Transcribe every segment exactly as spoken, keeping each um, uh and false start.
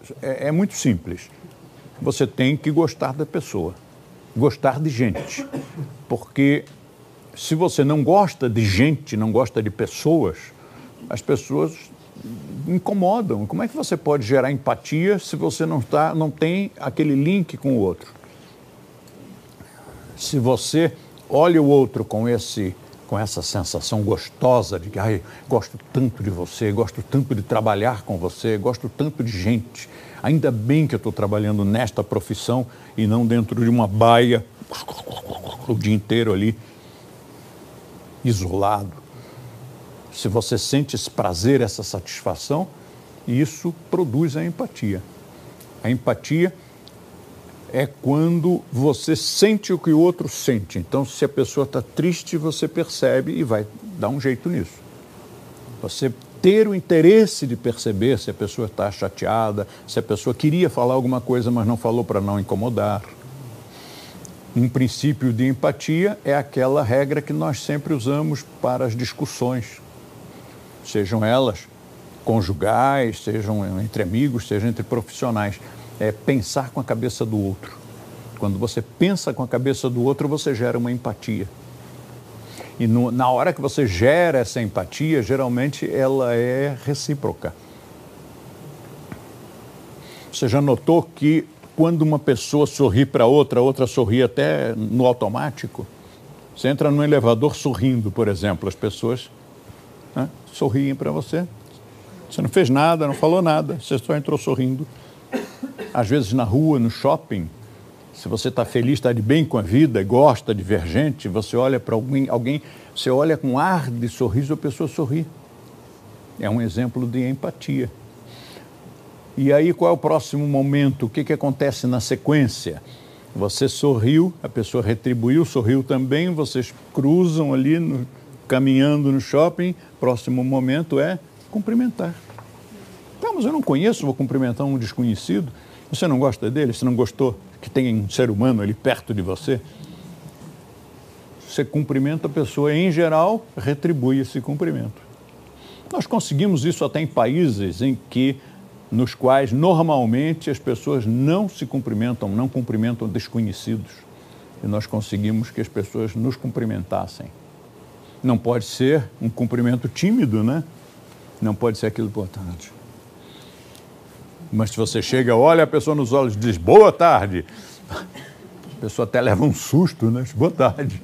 é, é muito simples. Você tem que gostar da pessoa, gostar de gente. Porque se você não gosta de gente, não gosta de pessoas, as pessoas incomodam. Como é que você pode gerar empatia se você não, tá, não tem aquele link com o outro? Se você olha o outro com, esse, com essa sensação gostosa de que ai, gosto tanto de você, gosto tanto de trabalhar com você, gosto tanto de gente, ainda bem que eu estou trabalhando nesta profissão e não dentro de uma baia o dia inteiro ali, isolado. Se você sente esse prazer, essa satisfação, isso produz a empatia. A empatia é quando você sente o que o outro sente. Então, se a pessoa está triste, você percebe e vai dar um jeito nisso. Você ter o interesse de perceber se a pessoa está chateada, se a pessoa queria falar alguma coisa, mas não falou para não incomodar. Um princípio de empatia é aquela regra que nós sempre usamos para as discussões, sejam elas conjugais, sejam entre amigos, sejam entre profissionais. É pensar com a cabeça do outro. Quando você pensa com a cabeça do outro, você gera uma empatia. E no, na hora que você gera essa empatia, geralmente ela é recíproca. Você já notou que quando uma pessoa sorri para outra, a outra sorri até no automático? Você entra num elevador sorrindo, por exemplo, as pessoas, né, sorriem para você. Você não fez nada, não falou nada, você só entrou sorrindo. Às vezes na rua, no shopping, se você está feliz, está de bem com a vida, gosta de ver gente, você olha para alguém, alguém, você olha com ar de sorriso, a pessoa sorri. É um exemplo de empatia. E aí, qual é o próximo momento? O que, que acontece na sequência? Você sorriu, a pessoa retribuiu, sorriu também, vocês cruzam ali, no, caminhando no shopping, próximo momento é cumprimentar. Tá, mas eu não conheço, vou cumprimentar um desconhecido. Você não gosta dele? Você não gostou que tem um ser humano ali perto de você? Você cumprimenta a pessoa, em geral, retribui esse cumprimento. Nós conseguimos isso até em países em que, nos quais, normalmente, as pessoas não se cumprimentam, não cumprimentam desconhecidos. E nós conseguimos que as pessoas nos cumprimentassem. Não pode ser um cumprimento tímido, né? Não pode ser aquilo, boa tarde. Mas se você chega, olha a pessoa nos olhos e diz, boa tarde. A pessoa até leva um susto, né? Boa tarde.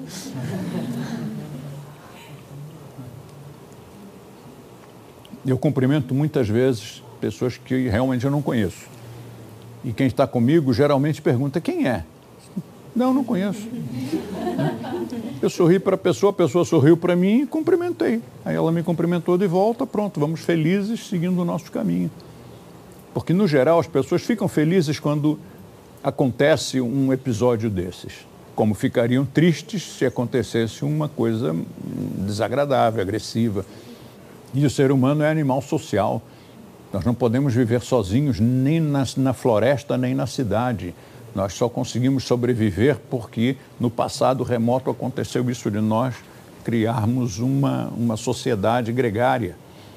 Eu cumprimento muitas vezes pessoas que realmente eu não conheço. E quem está comigo geralmente pergunta, quem é? Não, não conheço. Eu sorri para a pessoa, a pessoa sorriu para mim e cumprimentei. Aí ela me cumprimentou de volta, pronto, vamos felizes seguindo o nosso caminho. Porque, no geral, as pessoas ficam felizes quando acontece um episódio desses. Como ficariam tristes se acontecesse uma coisa desagradável, agressiva. E o ser humano é animal social. Nós não podemos viver sozinhos nem na, na floresta, nem na cidade. Nós só conseguimos sobreviver porque, no passado remoto, aconteceu isso de nós criarmos uma, uma sociedade gregária.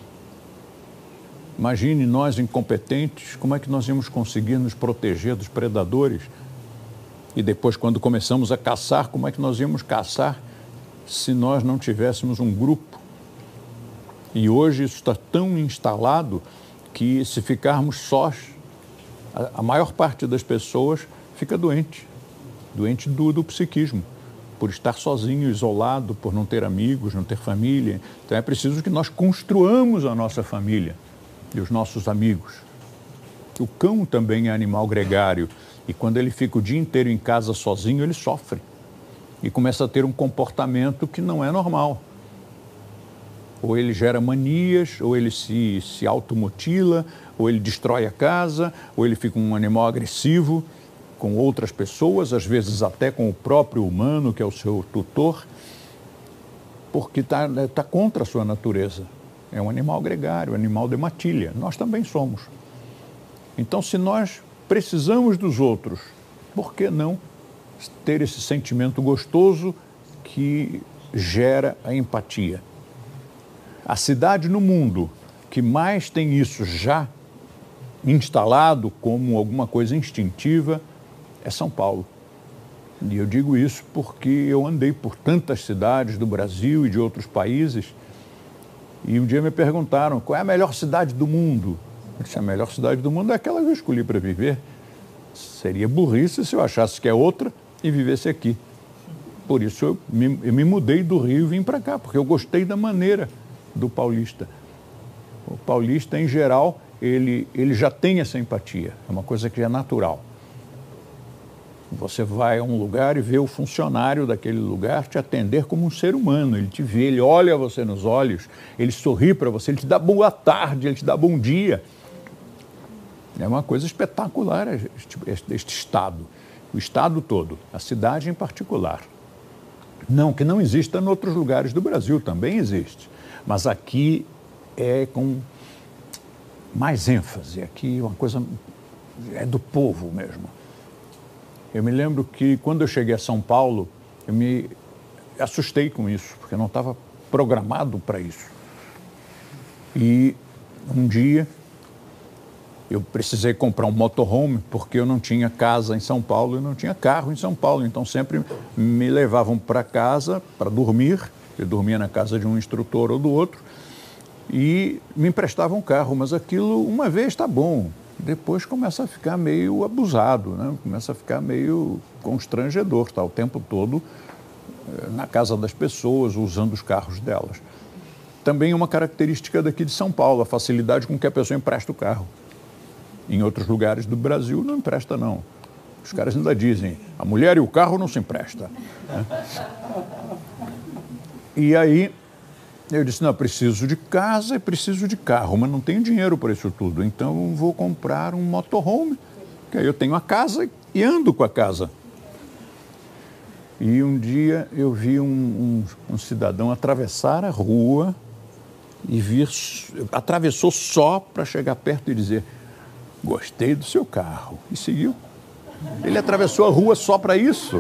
Imagine nós incompetentes, como é que nós íamos conseguir nos proteger dos predadores? E depois, quando começamos a caçar, como é que nós íamos caçar se nós não tivéssemos um grupo? E hoje isso está tão instalado que, se ficarmos sós, a, a maior parte das pessoas fica doente, doente do, do psiquismo, por estar sozinho, isolado, por não ter amigos, não ter família. Então é preciso que nós construamos a nossa família e os nossos amigos. O cão também é animal gregário e quando ele fica o dia inteiro em casa sozinho, ele sofre e começa a ter um comportamento que não é normal. Ou ele gera manias, ou ele se, se automutila, ou ele destrói a casa, ou ele fica um animal agressivo com outras pessoas, às vezes até com o próprio humano, que é o seu tutor, porque está tá contra a sua natureza. É um animal gregário, um animal de matilha. Nós também somos. Então, se nós precisamos dos outros, por que não ter esse sentimento gostoso que gera a empatia? A cidade no mundo que mais tem isso já instalado como alguma coisa instintiva é São Paulo. E eu digo isso porque eu andei por tantas cidades do Brasil e de outros países e um dia me perguntaram qual é a melhor cidade do mundo. Eu disse, a melhor cidade do mundo é aquela que eu escolhi para viver. Seria burrice se eu achasse que é outra e vivesse aqui. Por isso eu me, eu me mudei do Rio e vim para cá, porque eu gostei da maneira do paulista. O paulista, em geral, ele, ele já tem essa empatia, é uma coisa que é natural. Você vai a um lugar e vê o funcionário daquele lugar te atender como um ser humano. Ele te vê, ele olha você nos olhos, ele sorri para você, ele te dá boa tarde, ele te dá bom dia. É uma coisa espetacular este, este, este estado, o estado todo, a cidade em particular. Não que não exista em outros lugares do Brasil, também existe. Mas aqui é com mais ênfase, aqui uma coisa é do povo mesmo. Eu me lembro que quando eu cheguei a São Paulo, eu me assustei com isso, porque eu não estava programado para isso. E um dia eu precisei comprar um motorhome, porque eu não tinha casa em São Paulo e não tinha carro em São Paulo. Então sempre me levavam para casa para dormir, eu dormia na casa de um instrutor ou do outro, e me emprestavam um carro, mas aquilo uma vez está bom. Depois começa a ficar meio abusado, né? Começa a ficar meio constrangedor, tá o tempo todo na casa das pessoas, usando os carros delas. Também é uma característica daqui de São Paulo, a facilidade com que a pessoa empresta o carro. Em outros lugares do Brasil não empresta, não. Os caras ainda dizem, a mulher e o carro não se empresta. Né? E aí eu disse, não, preciso de casa e preciso de carro, mas não tenho dinheiro para isso tudo, então vou comprar um motorhome, que aí eu tenho a casa e ando com a casa. E um dia eu vi um, um, um cidadão atravessar a rua e vir, atravessou só para chegar perto e dizer, gostei do seu carro, e seguiu. Ele atravessou a rua só para isso.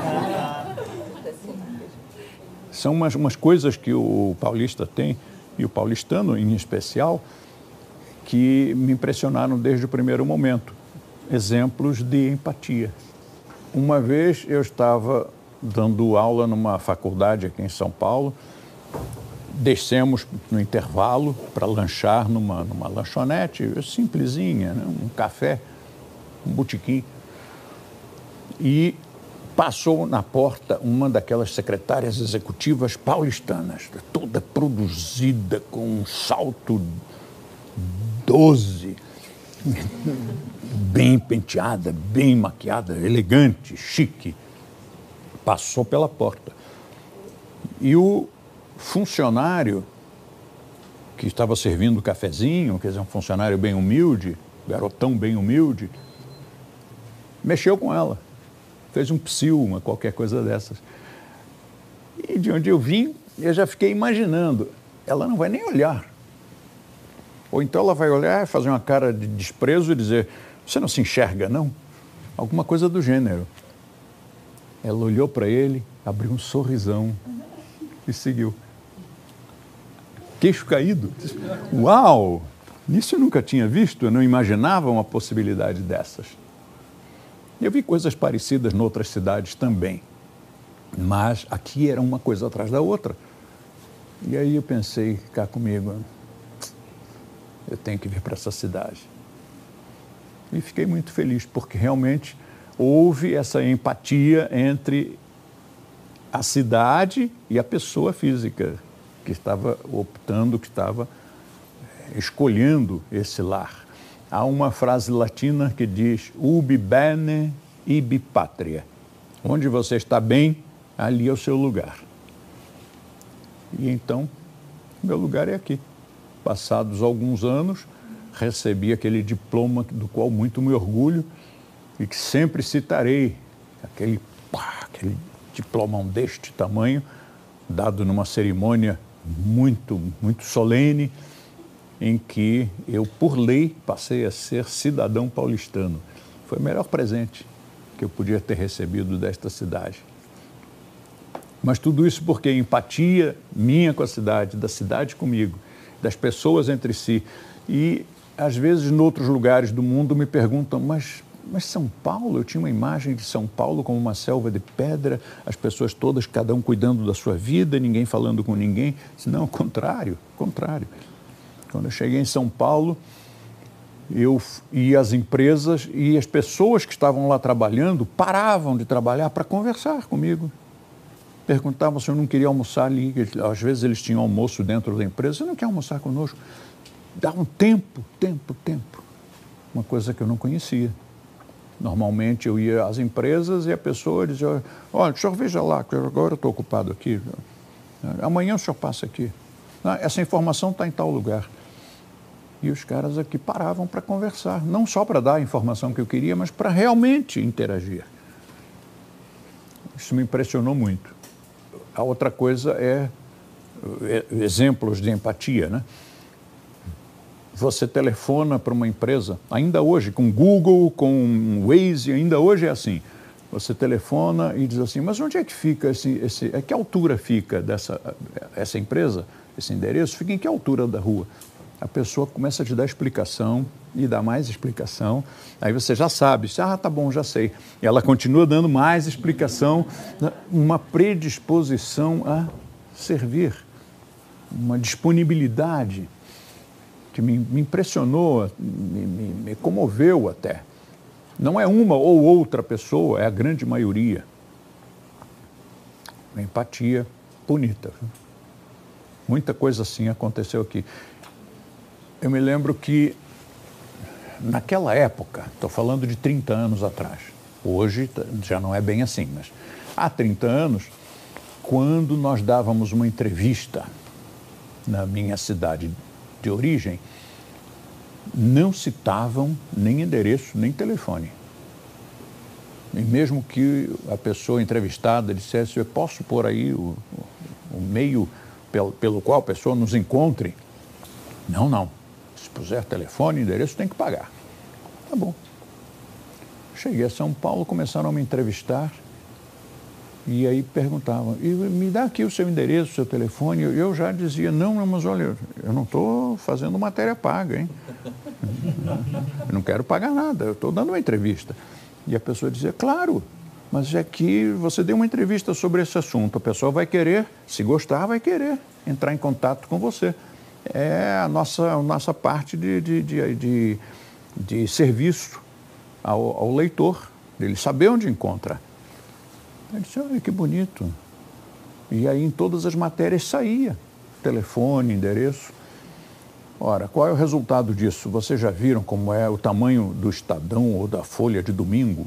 São umas, umas coisas que o paulista tem, e o paulistano em especial, que me impressionaram desde o primeiro momento. Exemplos de empatia. Uma vez eu estava dando aula numa faculdade aqui em São Paulo, descemos no intervalo para lanchar numa, numa lanchonete simplesinha, né? Um café, um botequim. E passou na porta uma daquelas secretárias executivas paulistanas, toda produzida, com um salto doze, bem penteada, bem maquiada, elegante, chique. Passou pela porta. E o funcionário que estava servindo o cafezinho, quer dizer, um funcionário bem humilde, garotão bem humilde, mexeu com ela. Fez um psiu, uma qualquer coisa dessas. E de onde eu vim, eu já fiquei imaginando, ela não vai nem olhar. Ou então ela vai olhar, fazer uma cara de desprezo e dizer, você não se enxerga, não? Alguma coisa do gênero. Ela olhou para ele, abriu um sorrisão e seguiu. Queixo caído. Uau! Isso eu nunca tinha visto, eu não imaginava uma possibilidade dessas. Eu vi coisas parecidas em outras cidades também, mas aqui era uma coisa atrás da outra. E aí eu pensei, cá comigo, eu tenho que vir para essa cidade. E fiquei muito feliz, porque realmente houve essa empatia entre a cidade e a pessoa física que estava optando, que estava escolhendo esse lar. Há uma frase latina que diz, ubi bene, ibi patria. Onde você está bem, ali é o seu lugar. E então, meu lugar é aqui. Passados alguns anos, recebi aquele diploma do qual muito me orgulho e que sempre citarei. Aquele, pá, aquele diplomão deste tamanho, dado numa cerimônia muito, muito solene, em que eu, por lei, passei a ser cidadão paulistano. Foi o melhor presente que eu podia ter recebido desta cidade. Mas tudo isso porque a empatia minha com a cidade, da cidade comigo, das pessoas entre si. E às vezes, em outros lugares do mundo, me perguntam, mas, mas São Paulo? Eu tinha uma imagem de São Paulo como uma selva de pedra, as pessoas todas, cada um cuidando da sua vida, ninguém falando com ninguém. Não, contrário, contrário. Quando eu cheguei em São Paulo, eu ia às empresas e as pessoas que estavam lá trabalhando paravam de trabalhar para conversar comigo. Perguntavam se eu não queria almoçar ali. Às vezes eles tinham almoço dentro da empresa. Você não quer almoçar conosco? Dá um tempo, tempo, tempo. Uma coisa que eu não conhecia. Normalmente eu ia às empresas e a pessoa dizia, olha, o senhor veja lá, que agora eu estou ocupado aqui. Amanhã o senhor passa aqui. Essa informação está em tal lugar. E os caras aqui paravam para conversar, não só para dar a informação que eu queria, mas para realmente interagir. Isso me impressionou muito. A outra coisa é, é exemplos de empatia, né? Você telefona para uma empresa, ainda hoje, com Google, com Waze, ainda hoje é assim. Você telefona e diz assim, mas onde é que fica esse, esse a que altura fica dessa essa empresa, esse endereço? Fica em que altura da rua? A pessoa começa a te dar explicação e dá mais explicação. Aí você já sabe, ah, tá bom, já sei. E ela continua dando mais explicação, uma predisposição a servir, uma disponibilidade que me, me impressionou, me, me, me comoveu até. Não é uma ou outra pessoa, é a grande maioria. Uma empatia bonita. Muita coisa assim aconteceu aqui. Eu me lembro que, naquela época, estou falando de trinta anos atrás, hoje já não é bem assim, mas há trinta anos, quando nós dávamos uma entrevista na minha cidade de origem, não citavam nem endereço, nem telefone. E mesmo que a pessoa entrevistada dissesse, eu posso pôr aí o, o meio pelo, pelo qual a pessoa nos encontre? Não, não. Se puser telefone, endereço, tem que pagar. Tá bom. Cheguei a São Paulo, começaram a me entrevistar e aí perguntavam, e me dá aqui o seu endereço, o seu telefone. Eu já dizia, não, não, mas olha, eu não estou fazendo matéria paga, hein? Eu não quero pagar nada, eu estou dando uma entrevista. E a pessoa dizia, claro, mas é que você deu uma entrevista sobre esse assunto, a pessoa vai querer, se gostar, vai querer entrar em contato com você. É a nossa, a nossa parte de, de, de, de, de serviço ao, ao leitor, dele saber onde encontra. Eu disse, olha que bonito. E aí em todas as matérias saía telefone, endereço. Ora, qual é o resultado disso? Vocês já viram como é o tamanho do Estadão ou da Folha de domingo?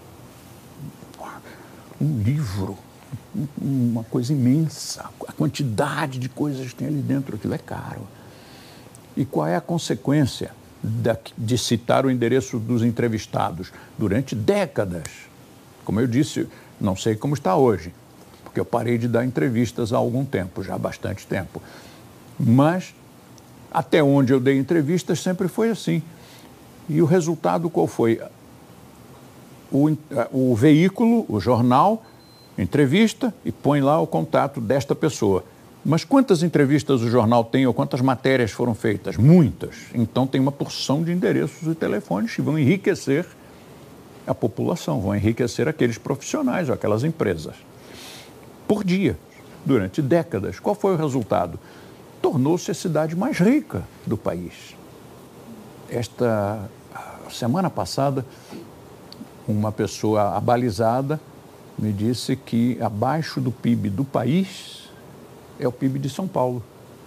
Um livro, uma coisa imensa, a quantidade de coisas que tem ali dentro, aquilo é caro. E qual é a consequência de citar o endereço dos entrevistados? Durante décadas, como eu disse, não sei como está hoje, porque eu parei de dar entrevistas há algum tempo, já há bastante tempo. Mas, até onde eu dei entrevistas, sempre foi assim. E o resultado qual foi? O, o veículo, o jornal, entrevista e põe lá o contato desta pessoa. Mas quantas entrevistas o jornal tem ou quantas matérias foram feitas? Muitas. Então tem uma porção de endereços e telefones que vão enriquecer a população, vão enriquecer aqueles profissionais ou aquelas empresas. Por dia, durante décadas. Qual foi o resultado? Tornou-se a cidade mais rica do país. Esta semana passada, uma pessoa abalizada me disse que abaixo do P I B do país é o P I B de São Paulo.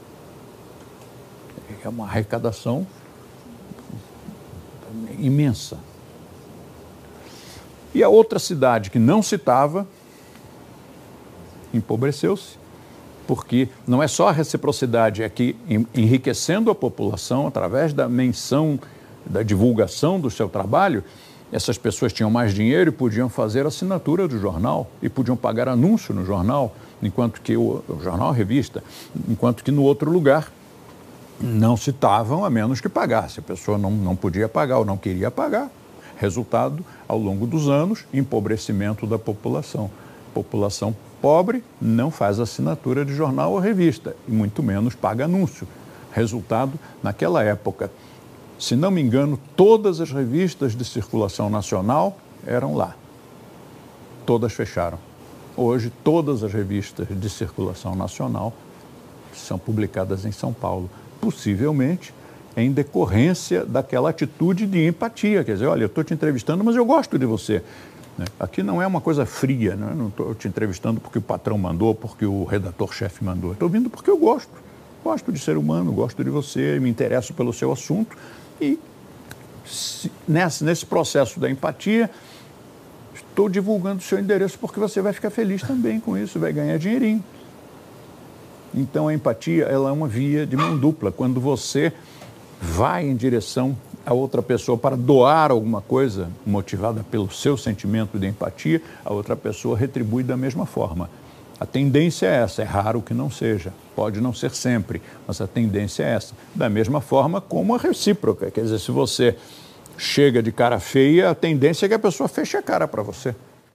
É uma arrecadação imensa. E a outra cidade que não citava empobreceu-se, porque não é só a reciprocidade, é que enriquecendo a população através da menção, da divulgação do seu trabalho, essas pessoas tinham mais dinheiro e podiam fazer assinatura do jornal e podiam pagar anúncio no jornal, enquanto que o, o jornal, a revista, enquanto que no outro lugar não citavam a menos que pagasse. A pessoa não, não podia pagar ou não queria pagar. Resultado, ao longo dos anos, empobrecimento da população. População pobre não faz assinatura de jornal ou revista, e muito menos paga anúncio. Resultado, naquela época, Se não me engano, todas as revistas de circulação nacional eram lá. Todas fecharam. Hoje, todas as revistas de circulação nacional são publicadas em São Paulo, possivelmente em decorrência daquela atitude de empatia. Quer dizer, olha, eu estou te entrevistando, mas eu gosto de você. Aqui não é uma coisa fria, né? Não estou te entrevistando porque o patrão mandou, porque o redator-chefe mandou. Estou vindo porque eu gosto. Gosto de ser humano, gosto de você, me interesso pelo seu assunto. E se, nesse, nesse processo da empatia, estou divulgando o seu endereço porque você vai ficar feliz também com isso, vai ganhar dinheirinho. Então, a empatia, ela é uma via de mão dupla. Quando você vai em direção a outra pessoa para doar alguma coisa motivada pelo seu sentimento de empatia, a outra pessoa retribui da mesma forma. A tendência é essa, é raro que não seja, pode não ser sempre, mas a tendência é essa. Da mesma forma como a recíproca, quer dizer, se você chega de cara feia, a tendência é que a pessoa feche a cara para você.